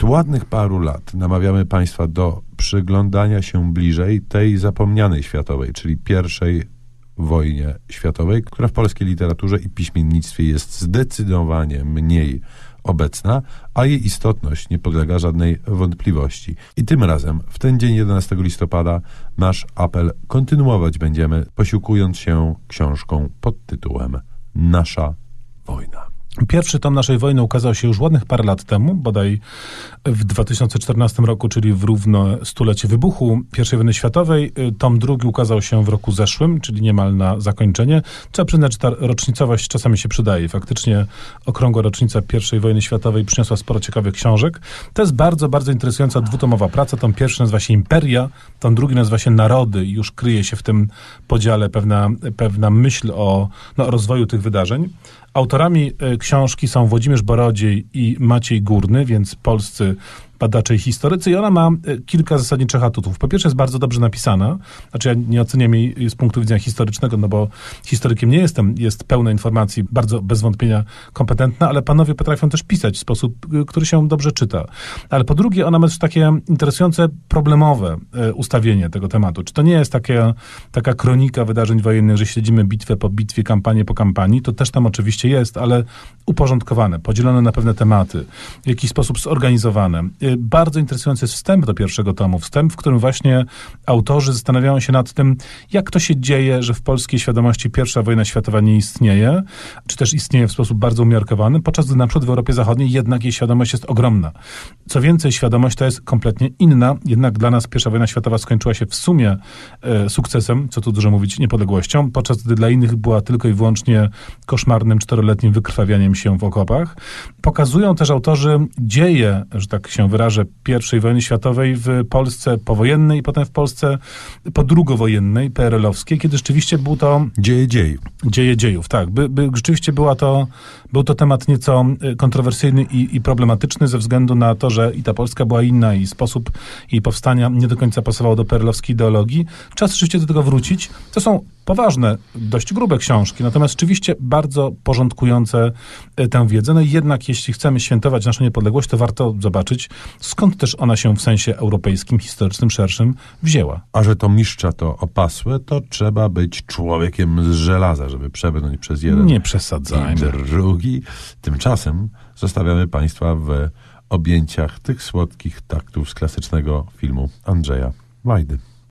ładnych paru lat namawiamy Państwa do przyglądania się bliżej tej zapomnianej światowej, czyli I wojnie światowej, która w polskiej literaturze i piśmiennictwie jest zdecydowanie mniej obecna, a jej istotność nie podlega żadnej wątpliwości. I tym razem, w ten dzień 11 listopada, nasz apel kontynuować będziemy, posiłkując się książką pod tytułem Nasza wojna. Pierwszy tom Naszej wojny ukazał się już ładnych parę lat temu, bodaj w 2014 roku, czyli w równo stulecie wybuchu I wojny światowej. Tom drugi ukazał się w roku zeszłym, czyli niemal na zakończenie. Trzeba przyznać, że ta rocznicowość czasami się przydaje. Faktycznie okrągła rocznica I wojny światowej przyniosła sporo ciekawych książek. To jest bardzo, bardzo interesująca dwutomowa praca. Tom pierwszy nazywa się Imperia, tom drugi nazywa się Narody i już kryje się w tym podziale pewna myśl o rozwoju tych wydarzeń. Autorami książki są Włodzimierz Borodziej i Maciej Górny, więc polscy badacze i historycy, i ona ma kilka zasadniczych atutów. Po pierwsze jest bardzo dobrze napisana, znaczy ja nie oceniam jej z punktu widzenia historycznego, no bo historykiem nie jestem, jest pełna informacji, bardzo bez wątpienia kompetentna, ale panowie potrafią też pisać w sposób, który się dobrze czyta. Ale po drugie ona ma też takie interesujące, problemowe ustawienie tego tematu. Czy to nie jest taka kronika wydarzeń wojennych, że śledzimy bitwę po bitwie, kampanię po kampanii, to też tam oczywiście jest, ale uporządkowane, podzielone na pewne tematy, w jakiś sposób zorganizowane. Bardzo interesujący jest wstęp do pierwszego tomu. Wstęp, w którym właśnie autorzy zastanawiają się nad tym, jak to się dzieje, że w polskiej świadomości I wojna światowa nie istnieje, czy też istnieje w sposób bardzo umiarkowany, podczas gdy na przykład w Europie Zachodniej jednak jej świadomość jest ogromna. Co więcej, świadomość ta jest kompletnie inna, jednak dla nas I wojna światowa skończyła się w sumie sukcesem, co tu dużo mówić, niepodległością, podczas gdy dla innych była tylko i wyłącznie koszmarnym 4-letnim wykrwawianiem się w okopach. Pokazują też autorzy dzieje, że tak się wyrażę, I wojny światowej w Polsce powojennej i potem w Polsce podrugowojennej, PRL-owskiej, kiedy rzeczywiście był to... Dzieje dziejów, tak. Rzeczywiście był to temat nieco kontrowersyjny i problematyczny ze względu na to, że i ta Polska była inna i sposób jej powstania nie do końca pasował do PRL-owskiej ideologii. Czas rzeczywiście do tego wrócić. To są poważne, dość grube książki, natomiast rzeczywiście bardzo porządkujące tę wiedzę. No i jednak, jeśli chcemy świętować naszą niepodległość, to warto zobaczyć, skąd też ona się w sensie europejskim, historycznym, szerszym wzięła. A że to mistrza to opasłe, to trzeba być człowiekiem z żelaza, żeby przebrnąć przez jeden nie przesadzajmy. I drugi. Tymczasem zostawiamy Państwa w objęciach tych słodkich taktów z klasycznego filmu Andrzeja Wajdy.